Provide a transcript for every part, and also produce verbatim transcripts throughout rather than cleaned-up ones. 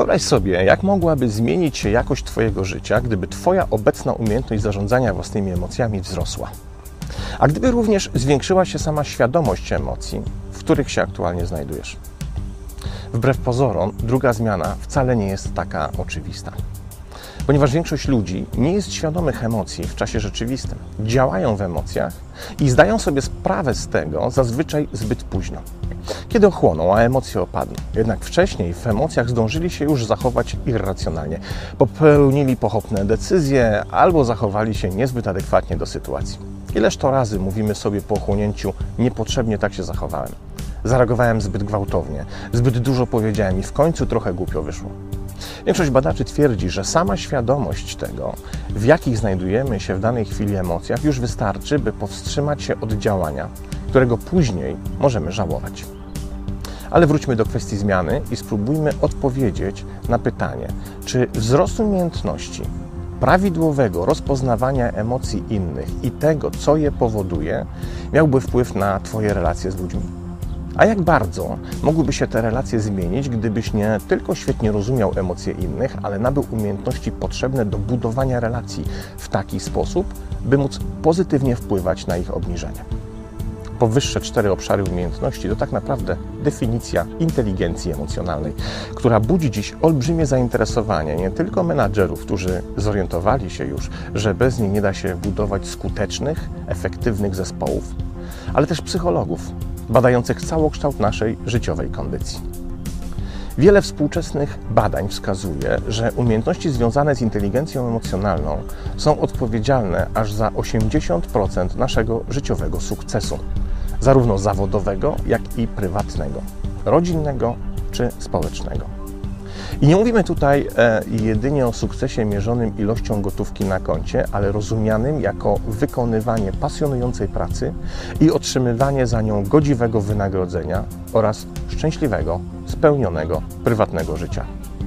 Wyobraź sobie, jak mogłaby zmienić się jakość Twojego życia, gdyby Twoja obecna umiejętność zarządzania własnymi emocjami wzrosła. A gdyby również zwiększyła się sama świadomość emocji, w których się aktualnie znajdujesz. Wbrew pozorom, druga zmiana wcale nie jest taka oczywista. Ponieważ większość ludzi nie jest świadomych emocji w czasie rzeczywistym. Działają w emocjach i zdają sobie sprawę z tego zazwyczaj zbyt późno. Kiedy ochłoną, a emocje opadną. Jednak wcześniej w emocjach zdążyli się już zachować irracjonalnie. Popełnili pochopne decyzje albo zachowali się niezbyt adekwatnie do sytuacji. Ileż to razy mówimy sobie po ochłonięciu: niepotrzebnie tak się zachowałem. Zareagowałem zbyt gwałtownie, zbyt dużo powiedziałem i w końcu trochę głupio wyszło. Większość badaczy twierdzi, że sama świadomość tego, w jakich znajdujemy się w danej chwili emocjach, już wystarczy, by powstrzymać się od działania, którego później możemy żałować. Ale wróćmy do kwestii zmiany i spróbujmy odpowiedzieć na pytanie, czy wzrost umiejętności prawidłowego rozpoznawania emocji innych i tego, co je powoduje, miałby wpływ na Twoje relacje z ludźmi. A jak bardzo mogłyby się te relacje zmienić, gdybyś nie tylko świetnie rozumiał emocje innych, ale nabył umiejętności potrzebne do budowania relacji w taki sposób, by móc pozytywnie wpływać na ich obniżenie. Powyższe cztery obszary umiejętności to tak naprawdę definicja inteligencji emocjonalnej, która budzi dziś olbrzymie zainteresowanie nie tylko menadżerów, którzy zorientowali się już, że bez niej nie da się budować skutecznych, efektywnych zespołów, ale też psychologów badających całokształt naszej życiowej kondycji. Wiele współczesnych badań wskazuje, że umiejętności związane z inteligencją emocjonalną są odpowiedzialne aż za osiemdziesiąt procent naszego życiowego sukcesu, zarówno zawodowego, jak i prywatnego, rodzinnego czy społecznego. I nie mówimy tutaj e, jedynie o sukcesie mierzonym ilością gotówki na koncie, ale rozumianym jako wykonywanie pasjonującej pracy i otrzymywanie za nią godziwego wynagrodzenia oraz szczęśliwego, spełnionego, prywatnego życia.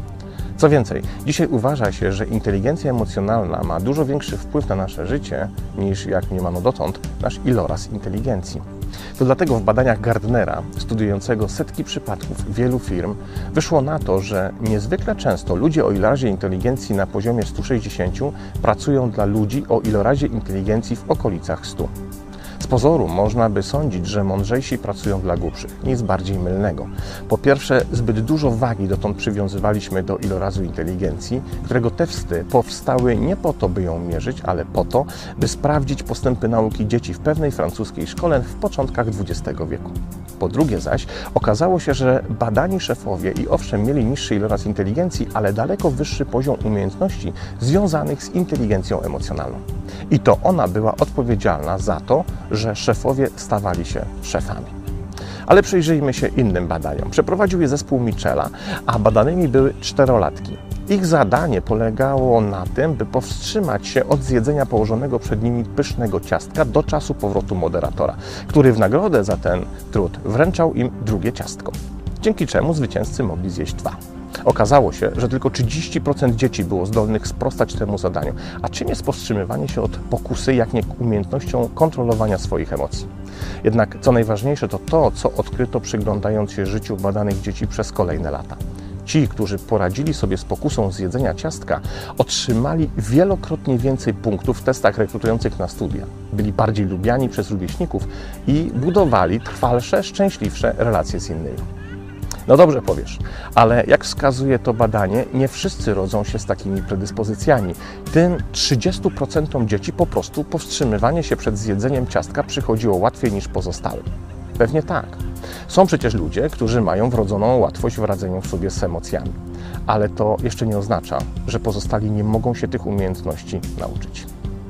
Co więcej, dzisiaj uważa się, że inteligencja emocjonalna ma dużo większy wpływ na nasze życie niż, jak mniemano dotąd, nasz iloraz inteligencji. To dlatego w badaniach Gardnera, studiującego setki przypadków wielu firm, wyszło na to, że niezwykle często ludzie o ilorazie inteligencji na poziomie stu sześćdziesięciu pracują dla ludzi o ilorazie inteligencji w okolicach stu. Z pozoru można by sądzić, że mądrzejsi pracują dla głupszych. Nic bardziej mylnego. Po pierwsze, zbyt dużo wagi dotąd przywiązywaliśmy do ilorazu inteligencji, którego testy powstały nie po to, by ją mierzyć, ale po to, by sprawdzić postępy nauki dzieci w pewnej francuskiej szkole w początkach dwudziestego wieku. Po drugie zaś, okazało się, że badani szefowie i owszem mieli niższy iloraz inteligencji, ale daleko wyższy poziom umiejętności związanych z inteligencją emocjonalną. I to ona była odpowiedzialna za to, że szefowie stawali się szefami. Ale przyjrzyjmy się innym badaniom. Przeprowadził je zespół Mitchella, a badanymi były czterolatki. Ich zadanie polegało na tym, by powstrzymać się od zjedzenia położonego przed nimi pysznego ciastka do czasu powrotu moderatora, który w nagrodę za ten trud wręczał im drugie ciastko, dzięki czemu zwycięzcy mogli zjeść dwa. Okazało się, że tylko trzydzieści procent dzieci było zdolnych sprostać temu zadaniu. A czym jest powstrzymywanie się od pokusy, jak nie umiejętnością kontrolowania swoich emocji? Jednak co najważniejsze to to, co odkryto przyglądając się życiu badanych dzieci przez kolejne lata. Ci, którzy poradzili sobie z pokusą zjedzenia ciastka, otrzymali wielokrotnie więcej punktów w testach rekrutujących na studia. Byli bardziej lubiani przez rówieśników i budowali trwalsze, szczęśliwsze relacje z innymi. No dobrze powiesz, ale jak wskazuje to badanie, nie wszyscy rodzą się z takimi predyspozycjami. Tym trzydziestu procentom dzieci po prostu powstrzymywanie się przed zjedzeniem ciastka przychodziło łatwiej niż pozostałym. Pewnie tak. Są przecież ludzie, którzy mają wrodzoną łatwość w radzeniu sobie z emocjami. Ale to jeszcze nie oznacza, że pozostali nie mogą się tych umiejętności nauczyć.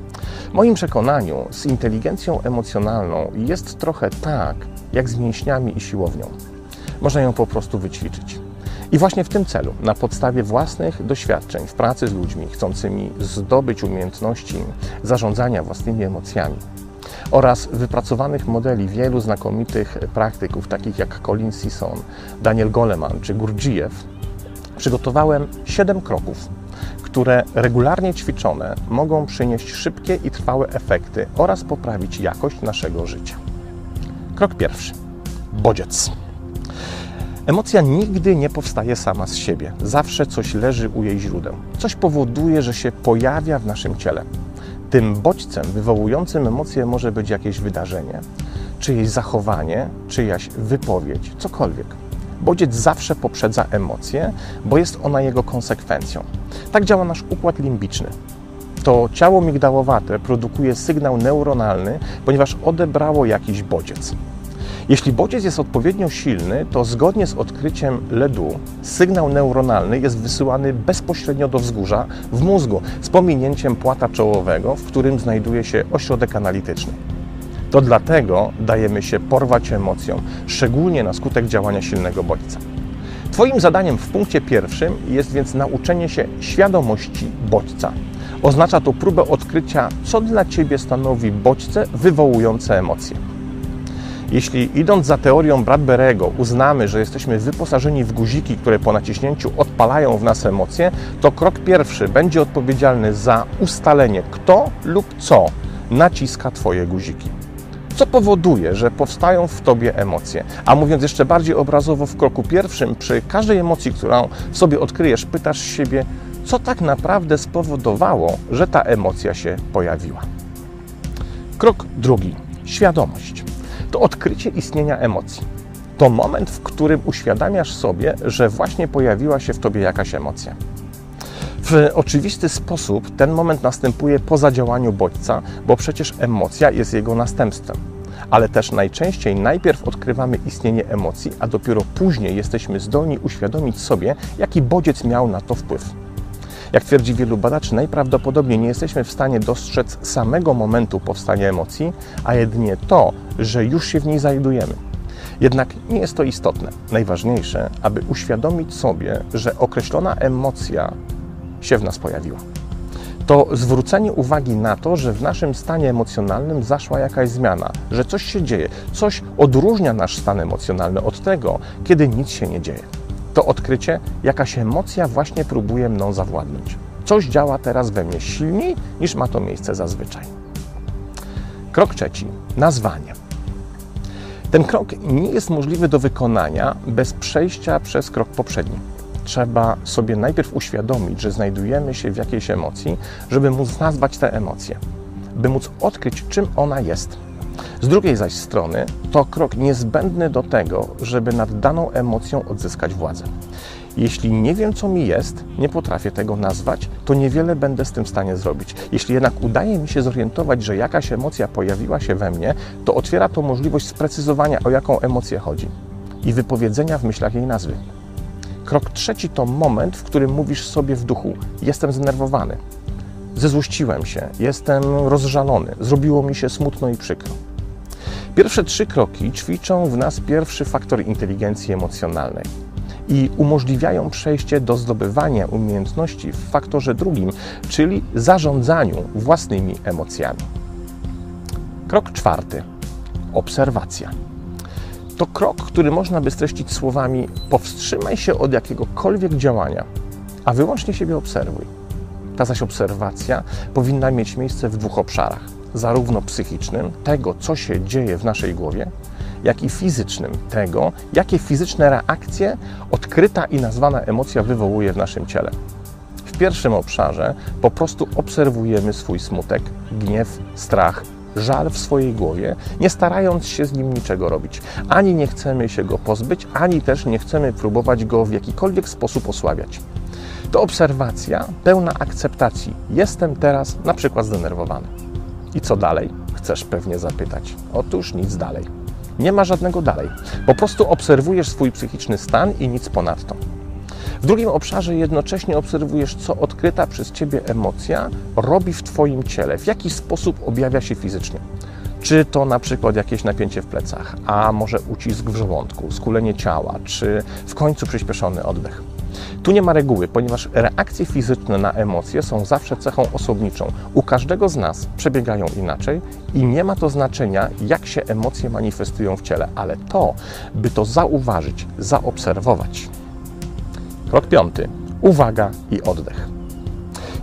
W moim przekonaniu z inteligencją emocjonalną jest trochę tak, jak z mięśniami i siłownią. Można ją po prostu wyćwiczyć. I właśnie w tym celu, na podstawie własnych doświadczeń w pracy z ludźmi chcącymi zdobyć umiejętności zarządzania własnymi emocjami oraz wypracowanych modeli wielu znakomitych praktyków, takich jak Colin Sisson, Daniel Goleman czy Gurdjieff, przygotowałem siedem kroków, które regularnie ćwiczone mogą przynieść szybkie i trwałe efekty oraz poprawić jakość naszego życia. Krok pierwszy. Bodziec. Emocja nigdy nie powstaje sama z siebie. Zawsze coś leży u jej źródeł. Coś powoduje, że się pojawia w naszym ciele. Tym bodźcem wywołującym emocje może być jakieś wydarzenie, czyjeś zachowanie, czyjaś wypowiedź, cokolwiek. Bodziec zawsze poprzedza emocje, bo jest ona jego konsekwencją. Tak działa nasz układ limbiczny. To ciało migdałowate produkuje sygnał neuronalny, ponieważ odebrało jakiś bodziec. Jeśli bodziec jest odpowiednio silny, to zgodnie z odkryciem Ledoux sygnał neuronalny jest wysyłany bezpośrednio do wzgórza w mózgu z pominięciem płata czołowego, w którym znajduje się ośrodek analityczny. To dlatego dajemy się porwać emocjom, szczególnie na skutek działania silnego bodźca. Twoim zadaniem w punkcie pierwszym jest więc nauczenie się świadomości bodźca. Oznacza to próbę odkrycia, co dla Ciebie stanowi bodźce wywołujące emocje. Jeśli idąc za teorią Bradbury'ego uznamy, że jesteśmy wyposażeni w guziki, które po naciśnięciu odpalają w nas emocje, to krok pierwszy będzie odpowiedzialny za ustalenie, kto lub co naciska Twoje guziki. Co powoduje, że powstają w Tobie emocje? A mówiąc jeszcze bardziej obrazowo, w kroku pierwszym, przy każdej emocji, którą w sobie odkryjesz, pytasz siebie, co tak naprawdę spowodowało, że ta emocja się pojawiła. Krok drugi. Świadomość. To odkrycie istnienia emocji. To moment, w którym uświadamiasz sobie, że właśnie pojawiła się w Tobie jakaś emocja. W oczywisty sposób ten moment następuje po zadziałaniu bodźca, bo przecież emocja jest jego następstwem. Ale też najczęściej najpierw odkrywamy istnienie emocji, a dopiero później jesteśmy zdolni uświadomić sobie, jaki bodziec miał na to wpływ. Jak twierdzi wielu badaczy, najprawdopodobniej nie jesteśmy w stanie dostrzec samego momentu powstania emocji, a jedynie to, że już się w niej znajdujemy. Jednak nie jest to istotne. Najważniejsze, aby uświadomić sobie, że określona emocja się w nas pojawiła. To zwrócenie uwagi na to, że w naszym stanie emocjonalnym zaszła jakaś zmiana, że coś się dzieje, coś odróżnia nasz stan emocjonalny od tego, kiedy nic się nie dzieje. To odkrycie, jakaś emocja właśnie próbuje mną zawładnąć. Coś działa teraz we mnie silniej, niż ma to miejsce zazwyczaj. Krok trzeci. Nazwanie. Ten krok nie jest możliwy do wykonania bez przejścia przez krok poprzedni. Trzeba sobie najpierw uświadomić, że znajdujemy się w jakiejś emocji, żeby móc nazwać tę emocję, by móc odkryć, czym ona jest. Z drugiej zaś strony to krok niezbędny do tego, żeby nad daną emocją odzyskać władzę. Jeśli nie wiem, co mi jest, nie potrafię tego nazwać, to niewiele będę z tym w stanie zrobić. Jeśli jednak udaje mi się zorientować, że jakaś emocja pojawiła się we mnie, to otwiera to możliwość sprecyzowania, o jaką emocję chodzi i wypowiedzenia w myślach jej nazwy. Krok trzeci to moment, w którym mówisz sobie w duchu: jestem zdenerwowany, zezłościłem się, jestem rozżalony, zrobiło mi się smutno i przykro. Pierwsze trzy kroki ćwiczą w nas pierwszy faktor inteligencji emocjonalnej i umożliwiają przejście do zdobywania umiejętności w faktorze drugim, czyli zarządzaniu własnymi emocjami. Krok czwarty. Obserwacja. To krok, który można by streścić słowami: powstrzymaj się od jakiegokolwiek działania, a wyłącznie siebie obserwuj. Ta zaś obserwacja powinna mieć miejsce w dwóch obszarach. Zarówno psychicznym, tego, co się dzieje w naszej głowie, jak i fizycznym, tego, jakie fizyczne reakcje odkryta i nazwana emocja wywołuje w naszym ciele. W pierwszym obszarze po prostu obserwujemy swój smutek, gniew, strach, żal w swojej głowie, nie starając się z nim niczego robić. Ani nie chcemy się go pozbyć, ani też nie chcemy próbować go w jakikolwiek sposób osłabiać. To obserwacja pełna akceptacji. Jestem teraz na przykład zdenerwowany. I co dalej? Chcesz pewnie zapytać. Otóż nic dalej. Nie ma żadnego dalej. Po prostu obserwujesz swój psychiczny stan i nic ponadto. W drugim obszarze jednocześnie obserwujesz, co odkryta przez Ciebie emocja robi w Twoim ciele, w jaki sposób objawia się fizycznie. Czy to na przykład jakieś napięcie w plecach, a może ucisk w żołądku, skulenie ciała, czy w końcu przyspieszony oddech. Tu nie ma reguły, ponieważ reakcje fizyczne na emocje są zawsze cechą osobniczą. U każdego z nas przebiegają inaczej i nie ma to znaczenia, jak się emocje manifestują w ciele, ale to, by to zauważyć, zaobserwować. Krok piąty. Uwaga i oddech.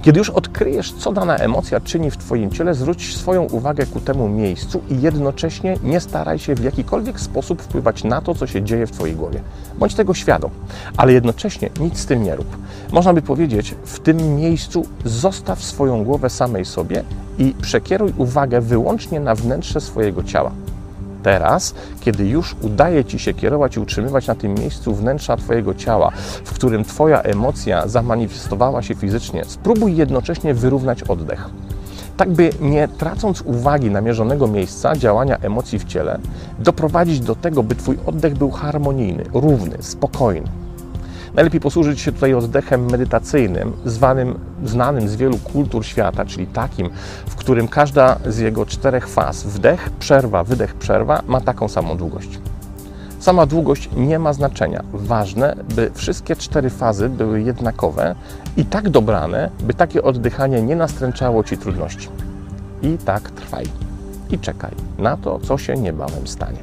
Kiedy już odkryjesz, co dana emocja czyni w Twoim ciele, zwróć swoją uwagę ku temu miejscu i jednocześnie nie staraj się w jakikolwiek sposób wpływać na to, co się dzieje w Twojej głowie. Bądź tego świadom, ale jednocześnie nic z tym nie rób. Można by powiedzieć, w tym miejscu zostaw swoją głowę samej sobie i przekieruj uwagę wyłącznie na wnętrze swojego ciała. Teraz, kiedy już udaje Ci się kierować i utrzymywać na tym miejscu wnętrza Twojego ciała, w którym Twoja emocja zamanifestowała się fizycznie, spróbuj jednocześnie wyrównać oddech. Tak by nie tracąc uwagi namierzonego miejsca działania emocji w ciele, doprowadzić do tego, by Twój oddech był harmonijny, równy, spokojny. Najlepiej posłużyć się tutaj oddechem medytacyjnym, zwanym, znanym z wielu kultur świata, czyli takim, w którym każda z jego czterech faz, wdech, przerwa, wydech, przerwa, ma taką samą długość. Sama długość nie ma znaczenia. Ważne, by wszystkie cztery fazy były jednakowe i tak dobrane, by takie oddychanie nie nastręczało Ci trudności. I tak trwaj. I czekaj na to, co się niebawem stanie.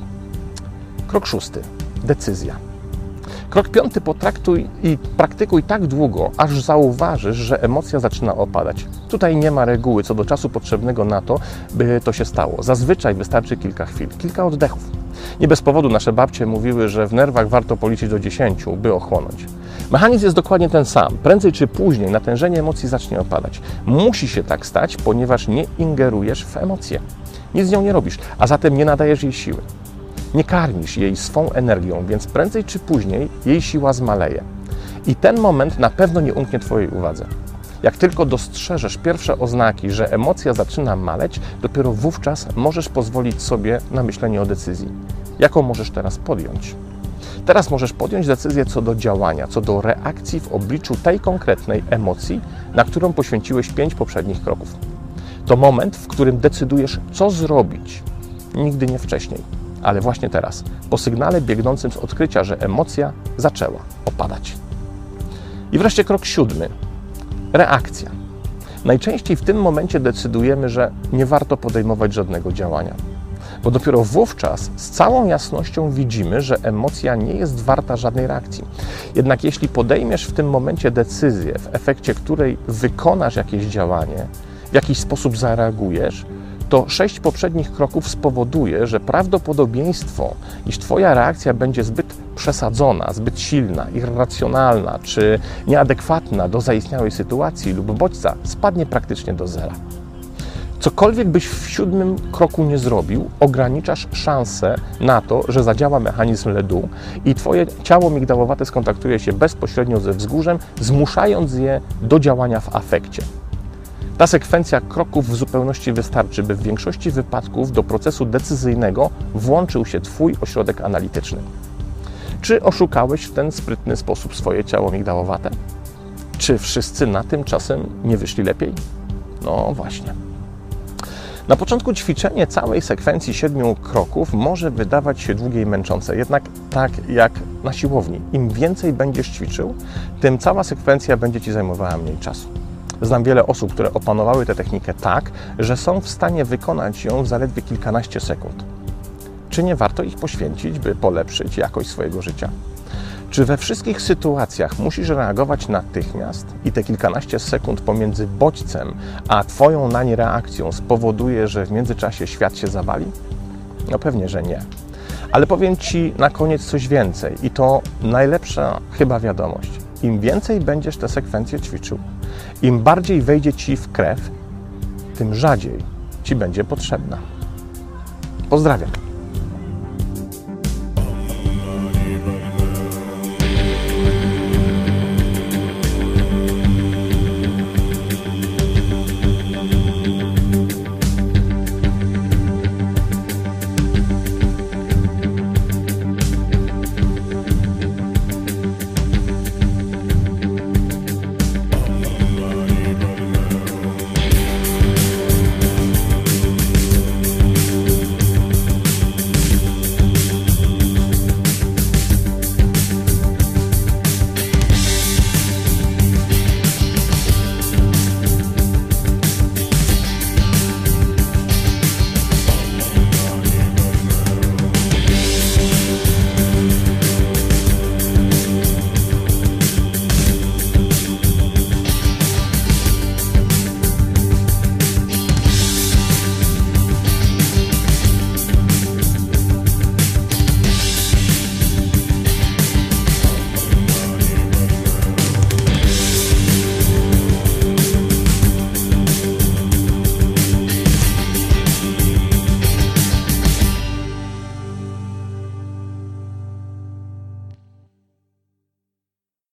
Krok szósty. Decyzja. Krok piąty, potraktuj i praktykuj tak długo, aż zauważysz, że emocja zaczyna opadać. Tutaj nie ma reguły co do czasu potrzebnego na to, by to się stało. Zazwyczaj wystarczy kilka chwil, kilka oddechów. Nie bez powodu nasze babcie mówiły, że w nerwach warto policzyć do dziesięciu, by ochłonąć. Mechanizm jest dokładnie ten sam. Prędzej czy później natężenie emocji zacznie opadać. Musi się tak stać, ponieważ nie ingerujesz w emocję. Nic z nią nie robisz, a zatem nie nadajesz jej siły. Nie karmisz jej swą energią, więc prędzej czy później jej siła zmaleje. I ten moment na pewno nie umknie Twojej uwadze. Jak tylko dostrzeżesz pierwsze oznaki, że emocja zaczyna maleć, dopiero wówczas możesz pozwolić sobie na myślenie o decyzji. Jaką możesz teraz podjąć? Teraz możesz podjąć decyzję co do działania, co do reakcji w obliczu tej konkretnej emocji, na którą poświęciłeś pięć poprzednich kroków. To moment, w którym decydujesz, co zrobić. Nigdy nie wcześniej, ale właśnie teraz, po sygnale biegnącym z odkrycia, że emocja zaczęła opadać. I wreszcie krok siódmy. Reakcja. Najczęściej w tym momencie decydujemy, że nie warto podejmować żadnego działania. Bo dopiero wówczas z całą jasnością widzimy, że emocja nie jest warta żadnej reakcji. Jednak jeśli podejmiesz w tym momencie decyzję, w efekcie której wykonasz jakieś działanie, w jakiś sposób zareagujesz, to sześć poprzednich kroków spowoduje, że prawdopodobieństwo, iż Twoja reakcja będzie zbyt przesadzona, zbyt silna, irracjonalna czy nieadekwatna do zaistniałej sytuacji lub bodźca, spadnie praktycznie do zera. Cokolwiek byś w siódmym kroku nie zrobił, ograniczasz szansę na to, że zadziała mechanizm ledu i Twoje ciało migdałowate skontaktuje się bezpośrednio ze wzgórzem, zmuszając je do działania w afekcie. Ta sekwencja kroków w zupełności wystarczy, by w większości wypadków do procesu decyzyjnego włączył się Twój ośrodek analityczny. Czy oszukałeś w ten sprytny sposób swoje ciało migdałowate? Czy wszyscy na tym czasem nie wyszli lepiej? No właśnie. Na początku ćwiczenie całej sekwencji siedmiu kroków może wydawać się długie i męczące, jednak tak jak na siłowni. Im więcej będziesz ćwiczył, tym cała sekwencja będzie Ci zajmowała mniej czasu. Znam wiele osób, które opanowały tę technikę tak, że są w stanie wykonać ją w zaledwie kilkanaście sekund. Czy nie warto ich poświęcić, by polepszyć jakość swojego życia? Czy we wszystkich sytuacjach musisz reagować natychmiast i te kilkanaście sekund pomiędzy bodźcem a Twoją nań reakcją spowoduje, że w międzyczasie świat się zawali? No pewnie, że nie. Ale powiem Ci na koniec coś więcej i to najlepsza chyba wiadomość. Im więcej będziesz tę sekwencję ćwiczył, im bardziej wejdzie Ci w krew, tym rzadziej Ci będzie potrzebna. Pozdrawiam.